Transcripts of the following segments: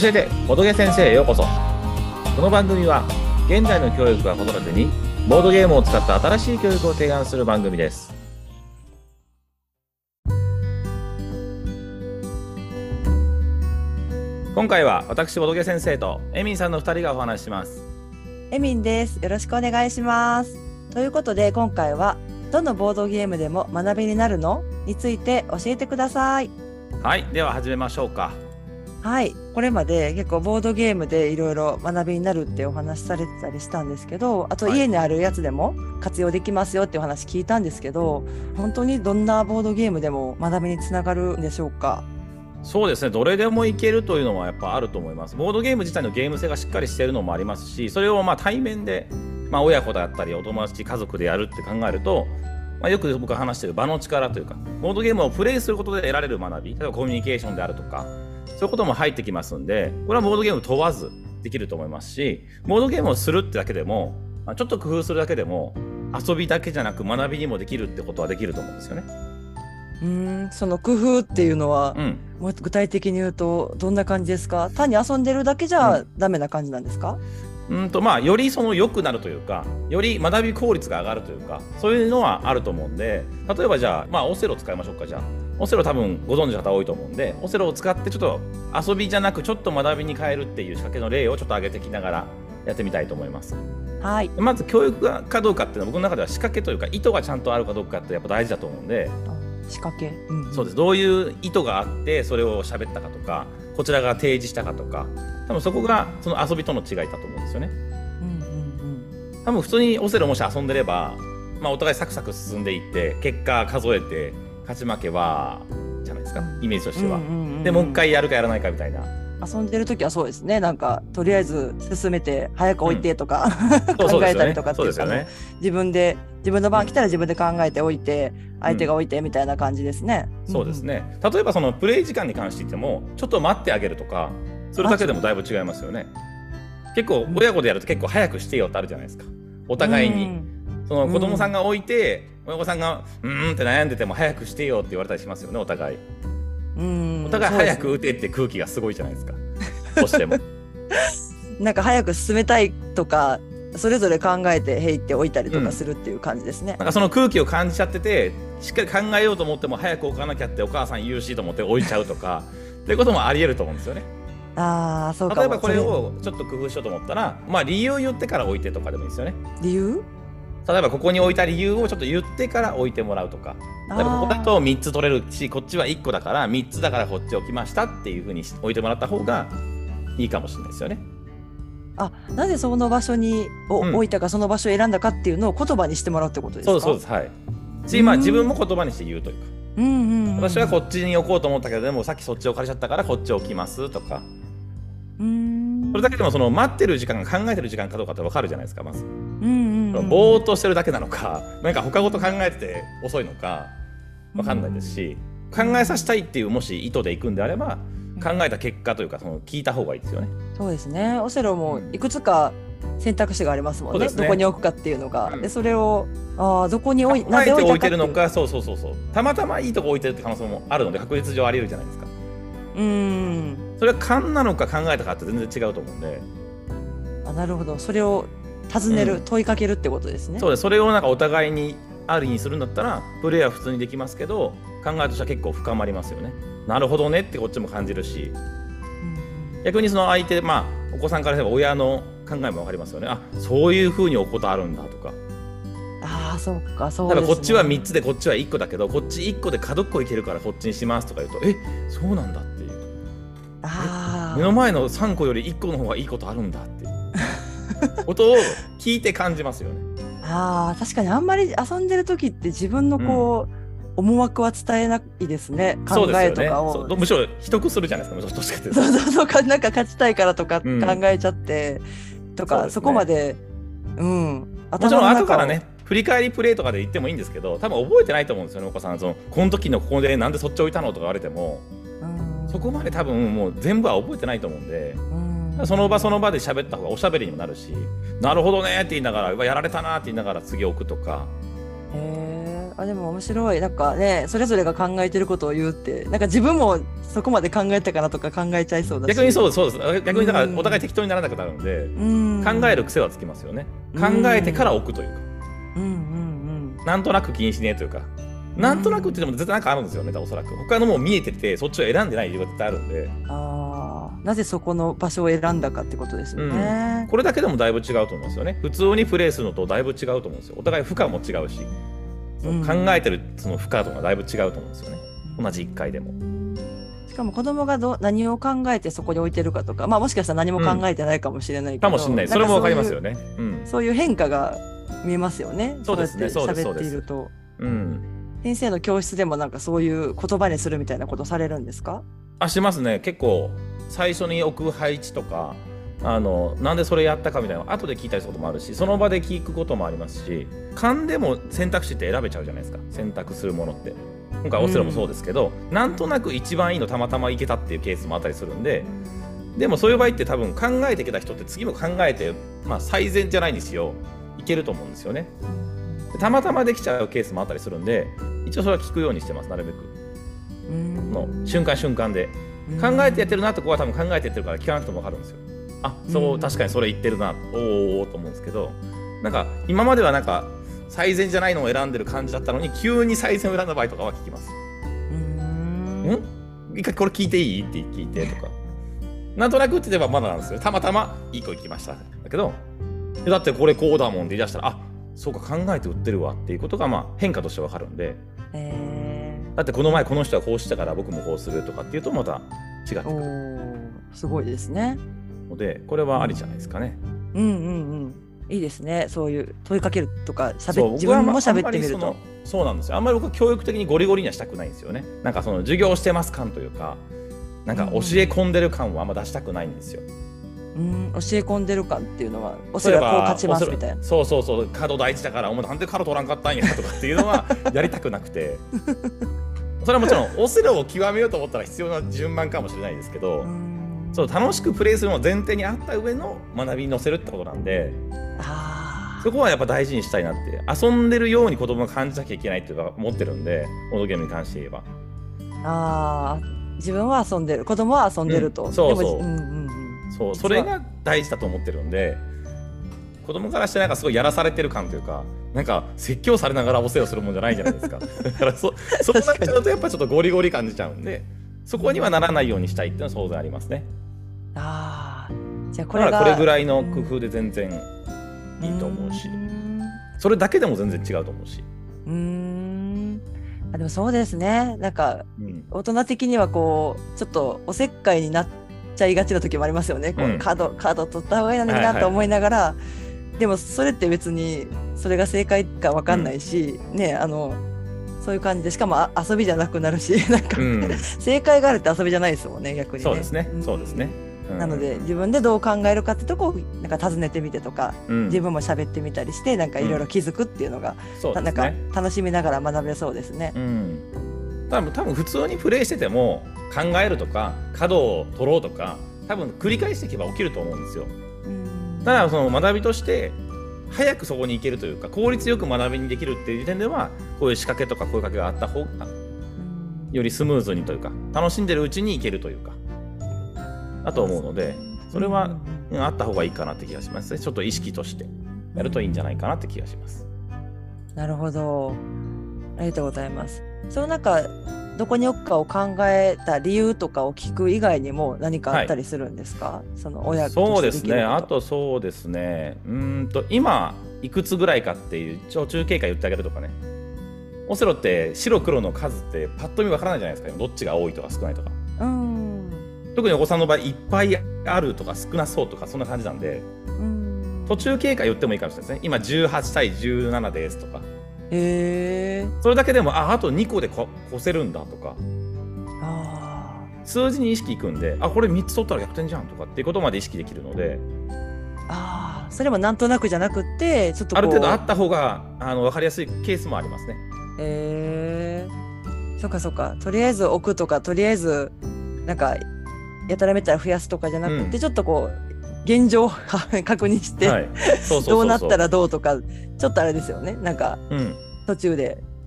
教えてボドゲ先生へようこそ。この番組は現在の教育は子育てにボードゲームを使った新しい教育を提案する番組です。今回は私ボドゲ先生とエミンさんの2人がお話しします。 エミンです。よろしくお願いします。ということで今回はどのボードゲームでも学びになるのについて教えてください。 はい、では始めましょうか。 はい、これまで結構ボードゲームでいろいろ学びになるってお話しされてたりしたんですけど、あと家にあるやつでも活用できますよっていうお話聞いたんですけど、本当にどんなボードゲームでも学びにつながるんでしょうか？ そうですね、どれでもいけるというのはやっぱあると思います。ボードゲーム自体のゲーム性がしっかりしているのもありますし、それを対面で、親子だったりお友達家族でやるって考えると、よく僕が話している場の力というか、ボードゲームをプレイすることで得られる学び、例えばコミュニケーションであるとか、そういうことも入ってきますんで、これはボードゲーム問わずできると思いますし、ボードゲームをするってだけでも、ちょっと工夫するだけでも遊びだけじゃなく学びにもできるってことはできると思うんですよね。 その工夫っていうのは、もう具体的に言うとどんな感じですか？単に遊んでるだけじゃダメな感じなんですか？ より良くなるというか、より学び効率が上がるというか、そういうのはあると思うんで、例えばじゃあ、オセロ使いましょうか。じゃあオセロ多分ご存知の方多いと思うんで、オセロを使ってちょっと遊びじゃなくちょっと学びに変えるっていう仕掛けの例をちょっと挙げてきながらやってみたいと思います。 はい。 まず教育かどうかっていうのは僕の中では仕掛けというか意図がちゃんとあるかどうかってやっぱ大事だと思うんで、 仕掛け、 そうです。どういう意図があってそれを喋ったかとか、こちらが提示したかとか、多分そこがその遊びとの違いだと思うんですよね。多分普通にオセロもし遊んでれば、お互いサクサク進んでいって結果数えて勝ち負けはじゃないですか、イメージとしては。でもう一回やるかやらないかみたいな。 遊んでる時はそうですね。なんかとりあえず進めて早く置いてとか、考えたりとかっていうか、自分の番来たら自分で考えておいて、相手が置いてみたいな感じですね。 そうですね。例えばそのプレイ時間に関して言ってもちょっと待ってあげるとか、それだけでもだいぶ違いますよね。結構親子でやると結構早くしてよってあるじゃないですか。お互いにその子供さんが置いて、親御さんがって悩んでても早くしてよって言われたりしますよね。お互い早く打てって空気がすごいじゃないですか。どうしてもなんか早く進めたいとかそれぞれ考えてへいって置いたりとかするっていう感じですね。 なんかその空気を感じちゃってて、しっかり考えようと思っても早く置かなきゃってお母さん言うしと思って置いちゃうとかっていうこともあり得ると思うんですよね。 そうかも。 例えばこれをちょっと工夫しようと思ったら、理由を言ってから置いてとかでもいいですよね。 理由？ 例えばここに置いた理由をちょっと言ってから置いてもらうとか、例えばここだと3つ取れるし、こっちは1個だから3つだからこっち置きましたっていう風に置いてもらった方がいいかもしれないですよね。 なぜその場所に置いたか、その場所を選んだかっていうのを言葉にしてもらうってことですか？ そうです。はい。自分も言葉にして言うというか、私はこっちに置こうと思ったけど、でもさっきそっち置かれちゃったからこっち置きますとか。それだけでもその待ってる時間が考えてる時間かどうかって分かるじゃないですか。まずぼーっとしてるだけなのか、なんか他事考えてて遅いのか分かんないですし、考えさせたいっていうもし意図でいくんであれば、考えた結果というかその聞いた方がいいですよね。 そうですね。オセロもいくつか選択肢がありますもんね。どこに置くかっていうのが、でそれをどこになぜ置いてるのか、そうたまたまいいとこ置いてるって可能性もあるので、確率上あり得るじゃないですか。それは勘なのか考えたかって全然違うと思うんで。 なるほど。それを尋ねる、問いかけるってことですね。 そうです。それをなんかお互いにありにするんだったらプレイは普通にできますけど、考えとしては結構深まりますよね。なるほどねってこっちも感じるし、逆にその相手、お子さんからすれば親の考えも分かりますよね。そういう風に置くことあるんだとか。 そうか、そうですね。 こっちは3つでこっちは1個だけど、こっち1個で角っこいけるからこっちにしますとか言うと、そうなんだっていう。目の前の3個より1個の方がいいことあるんだっていうことを聞いて感じますよね。 確かにあんまり遊んでる時って自分の思惑は伝えないですね。考えとかを、 むしろ秘匿するじゃないですか。どっちかっていうとなんか勝ちたいからとか考えちゃって、とかそこまでもちろん後からね振り返りプレイとかで言ってもいいんですけど、多分覚えてないと思うんですよね。お子さんこの時のここでなんでそっち置いたのとか言われても、そこまで多分もう全部は覚えてないと思うんで、その場その場で喋った方がおしゃべりにもなるし、なるほどねって言いながらやられたなって言いながら次置くとか。 あ、でも面白い。なんかね、それぞれが考えてることを言うって、なんか自分もそこまで考えたかなとか考えちゃいそうだし。 逆にそうです。逆にだからお互い適当にならなくなるので、考える癖はつきますよね。考えてから置くというか。なんとなく気にしねえというか。なんとなくってでも絶対なんかあるんですよね、おそらく。他のも見えてて、そっちを選んでない理由が絶対あるんで。 なぜそこの場所を選んだかってことですよね。 これだけでもだいぶ違うと思うんですよね。普通にプレイするのとだいぶ違うと思うんですよ。お互い負荷も違うし、考えてるその負荷とかだいぶ違うと思うんですよね。同じ1回でも。 しかも子供が何を考えてそこに置いてるかとか、もしかしたら何も考えてないかもしれないけど、 かもしれない。それもわかりますよね。 そういう変化が見えますよね。 そうですね。 そうやって喋っていると。先生の教室でもなんかそういう言葉にするみたいなことされるんですか？ しますね。結構最初に置く配置とか、なんでそれやったかみたいなの後で聞いたりすることもあるし、その場で聞くこともありますし、勘でも選択肢って選べちゃうじゃないですか。選択するものって今回オセロもそうですけど、なんとなく一番いいのたまたまいけたっていうケースもあったりするんで、でもそういう場合って多分考えてきた人って次も考えて、最善じゃないんですよ、いけると思うんですよね。たまたまできちゃうケースもあったりするんで、一応それは聞くようにしてます。なるべくの瞬間瞬間で考えてやってるなって子は多分考えてやってるから聞かなくても分かるんですよ。そう、確かにそれ言ってるな、おと思うんですけど、なんか今まではなんか最善じゃないのを選んでる感じだったのに、急に最善を選んだ場合とかは聞きます。一回これ聞いていいって聞いてとか、なんとなくって言えばまだなんですよ。たまたまいい子行きました。だけど、だってこれこうだもんって言い出したら、そうか考えて売ってるわっていうことが変化として分かるんで、だってこの前この人はこうしたから僕もこうするとかっていうとまた違ってくる。 すごいですね。 のでこれはありじゃないですかね。 いいですね。そういう問いかけるとか自分も喋ってみると。 そうなんですよ。あんまり僕は教育的にゴリゴリにはしたくないんですよね。なんかその授業してます感というか、なんか教え込んでる感はあんま出したくないんですよ。 教え込んでる感っていうのは、おそらくこう勝ちますみたいな。 そう角大事だからお前なんで角取らんかったんやとかっていうのはやりたくなくてそれはもちろんオセロを極めようと思ったら必要な順番かもしれないですけど、楽しくプレイするのを前提にあった上の学びに乗せるってことなんで、そこはやっぱ大事にしたいなって。遊んでるように子供が感じなきゃいけないっていうか思ってるんで、ボードゲームに関して言えば。 自分は遊んでる、子供は遊んでると。 それが大事だと思ってるんで、子供からしてなんかすごいやらされてる感というか、なんか説教されながらオセロするもんじゃないじゃないですか。だからそうなっちゃうとやっぱちょっとゴリゴリ感じちゃうんで、そこにはならないようにしたいっていうのは当然ありますね。 じゃあこれぐらいの工夫で全然いいと思うし、それだけでも全然違うと思うし。 でもそうですね。なんか、大人的にはこうちょっとおせっかいになっちゃいがちな時もありますよね。こうカード取った方がいいのになと思いながら、でもそれって別にそれが正解か分かんないし、そういう感じで、しかも遊びじゃなくなるし、なんか、正解があるって遊びじゃないですもんね、逆にね。そうですね。なので自分でどう考えるかってとこをなんか尋ねてみてとか、自分も喋ってみたりして、なんかいろいろ気づくっていうのが、なんか楽しみながら学べそうですね。 多分普通にプレイしてても考えるとか角を取ろうとか多分繰り返していけば起きると思うんですよ。ただその学びとして早くそこに行けるというか、効率よく学びにできるっていう時点では、こういう仕掛けとか声かけがあった方がよりスムーズにというか、楽しんでるうちに行けるというかだと思うので、それはあった方がいいかなって気がしますね。ちょっと意識としてやるといいんじゃないかなって気がします。 なるほど、ありがとうございます。その中どこに置くかを考えた理由とかを聞く以外にも何かあったりするんですか？その親としてできること。そうですね。あとそうですね。今いくつぐらいかっていう中経過言ってあげるとかね。オセロって白黒の数ってパッと見わからないじゃないですか。どっちが多いとか少ないとか。特にお子さんの場合いっぱいあるとか少なそうとかそんな感じなんで、途中経過言ってもいいかもしれないですね。今18対17ですとか。それだけでもあと2個で越せるんだとか、数字に意識いくんで、これ3つ取ったら逆転じゃんとかっていうことまで意識できるので、 それもなんとなくじゃなくて、ちょっとある程度あった方が分かりやすいケースもありますね。 そっかそっか。とりあえず置くとか、とりあえずなんかやたらめったら増やすとかじゃなくて、ちょっとこう現状を確認して、どうなったらどうとか、ちょっとあれですよね。なんか途中で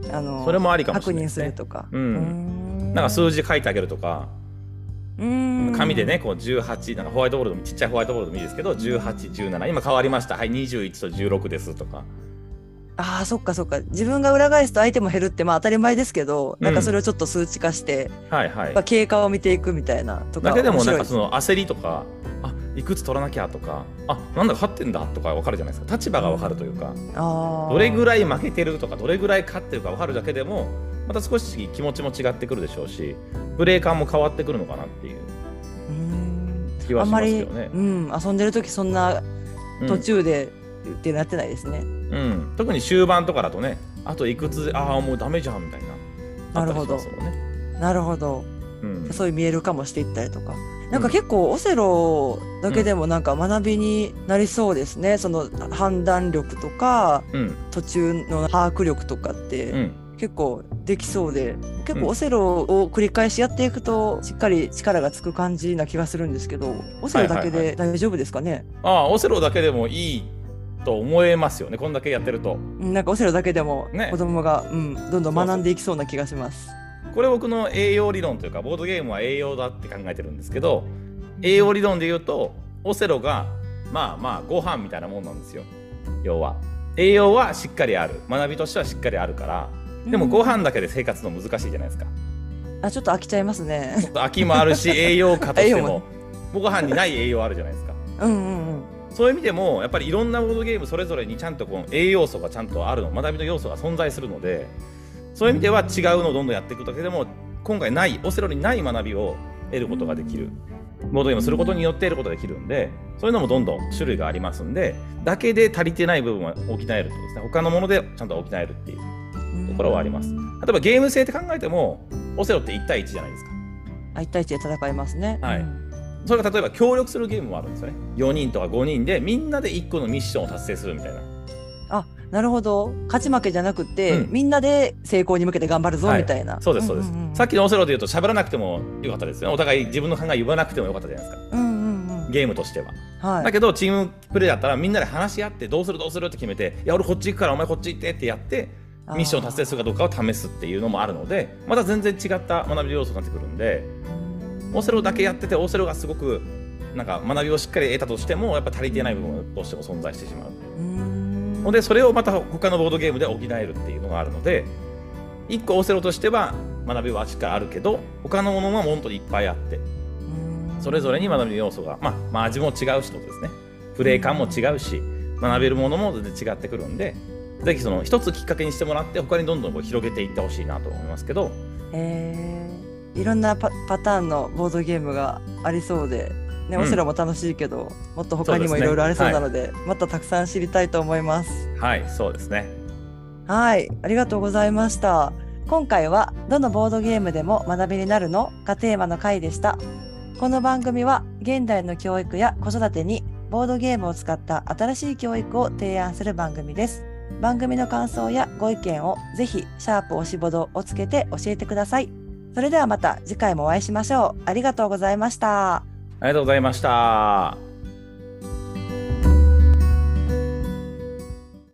それもありかもし確認れないですね。 するとか。 なんか数字書いてあげるとか、紙でねこう18、なんかホワイトボードでもちっちゃいホワイトボードでもいいですけど、18、17今変わりました、はい21と16ですとか。 ああ、そっかそっか。自分が裏返すと相手も減るってまあ当たり前ですけど、なんかそれをちょっと数値化して、 はいはい、 まあ、経過を見ていくみたいなとか。 だけでもなんかその焦りとか、あいくつ取らなきゃとか、あなんだか勝ってんだとか分かるじゃないですか。立場が分かるというか、どれぐらい負けてるとかどれぐらい勝ってるか分かるだけでもまた少し気持ちも違ってくるでしょうし、プレー感も変わってくるのかなっていう気はしますけどね。 遊んでる時そんな途中でってなってないですね。 特に終盤とかだとね、あといくつああもうダメじゃんみたいな。 なるほど、なるほど、そういう見えるかもしていったりとか、なんか結構オセロだけでもなんか学びになりそうですね。その判断力とか、途中の把握力とかって、結構できそうで、結構オセロを繰り返しやっていくとしっかり力がつく感じな気がするんですけど、オセロだけで大丈夫ですかね？ オセロだけでもいいと思えますよね、こんだけやってると。 なんかオセロだけでも子供が、どんどん学んでいきそうな気がします。 これ僕の栄養理論というか、ボードゲームは栄養だって考えてるんですけど、栄養理論で言うとオセロがまあご飯みたいなもんなんですよ。要は栄養はしっかりある、学びとしてはしっかりあるから、でもご飯だけで生活の難しいじゃないですか。 ちょっと飽きちゃいますね。 ちょっと飽きもあるし栄養価としてもご飯にない栄養あるじゃないですか。そういう意味でもやっぱりいろんなボードゲームそれぞれにちゃんとこの栄養素がちゃんとあるの、学びの要素が存在するので、そういう意味では違うのをどんどんやっていくだけでも今回ないオセロにない学びを得ることができる、ボードゲームすることによって得ることができるんで、そういうのもどんどん種類がありますんで、だけで足りてない部分は補えるってことですね。他のものでちゃんと補えるっていうところはあります。例えばゲーム性って考えてもオセロって1対1じゃないですか。 1対1で戦いますね。 それが例えば協力するゲームもあるんですよね。4人とか5人でみんなで1個のミッションを達成するみたいな。 なるほど。勝ち負けじゃなくて、みんなで成功に向けて頑張るぞみたいな。 そうですそうです。さっきのオセロで言うと喋らなくてもよかったですよね。お互い自分の考え言わなくてもよかったじゃないですか。ゲームとしては。だけどチームプレーだったらみんなで話し合ってどうするって決めて、いや俺こっち行くからお前こっち行ってってやってミッションを達成するかどうかを試すっていうのもあるので、また全然違った学び要素になってくるんで、オセロだけやっててオセロがすごくなんか学びをしっかり得たとしてもやっぱ足りていない部分がどうしても存在してしまうので、それをまた他のボードゲームで補えるっていうのがあるので、1個オセロとしては学びはしっかりあるけど他のものは本当にいっぱいあって、それぞれに学びの要素が味も違うしってことですね。プレイ感も違うし学べるものも全然違ってくるんで、ぜひその一つきっかけにしてもらって他にどんどん広げていってほしいなと思いますけど、 いろんなパターンのボードゲームがありそうで、オセロも楽しいけどもっと他にもいろいろありそうなので、またたくさん知りたいと思います。 はい、そうですね。 はい、ありがとうございました。今回はどのボードゲームでも学びになるのがテーマの回でした。この番組は現代の教育や子育てにボードゲームを使った新しい教育を提案する番組です。番組の感想やご意見をぜひシャープおしぼどをつけて教えてください。それではまた次回もお会いしましょう。ありがとうございました。 ありがとうございました。